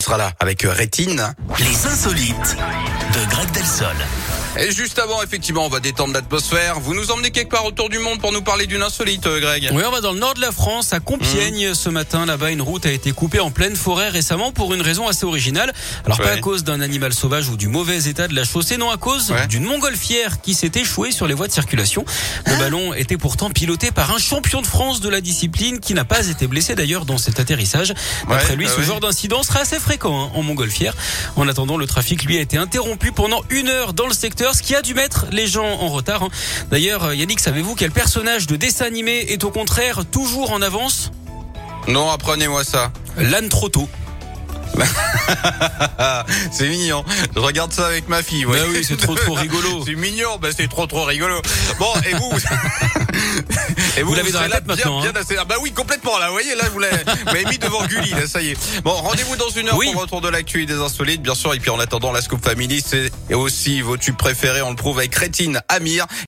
sera là avec Rétine. Les insolites de Greg Delsol. Et juste avant, effectivement, on va détendre l'atmosphère. Vous nous emmenez quelque part autour du monde pour nous parler d'une insolite, Greg. Oui, on va dans le nord de la France, à Compiègne. Ce matin, là-bas, une route a été coupée en pleine forêt récemment pour une raison assez originale. Alors, pas à cause d'un animal sauvage ou du mauvais état de la chaussée, non, à cause d'une montgolfière qui s'est échouée sur les voies de circulation. Le ballon était pourtant piloté par un champion de France de la discipline qui n'a pas été blessé d'ailleurs dans cet atterrissage. D'après lui, ce genre d'incident sera assez fréquent en montgolfière. En attendant, le trafic, lui, a été interrompu pendant 1 heure dans le secteur, ce qui a dû mettre les gens en retard. D'ailleurs, Yannick, savez-vous quel personnage de dessin animé est au contraire toujours en avance ? Non, apprenez-moi ça. L'âne trop tôt. C'est mignon. Je regarde ça avec ma fille. Ouais. Bah oui, c'est trop rigolo. C'est mignon, bah c'est trop rigolo. Bon, et vous vous l'avez dans la tête maintenant. Bien assez... Ah bah oui, complètement là. Vous voyez, là vous l'avez mis devant Gulli, là, ça y est. Bon, rendez-vous dans 1 heure pour le retour de l'actu et des insolites, bien sûr. Et puis en attendant, la Scoop Family, c'est aussi vos tubes préférés. On le prouve avec Rétine, Amir.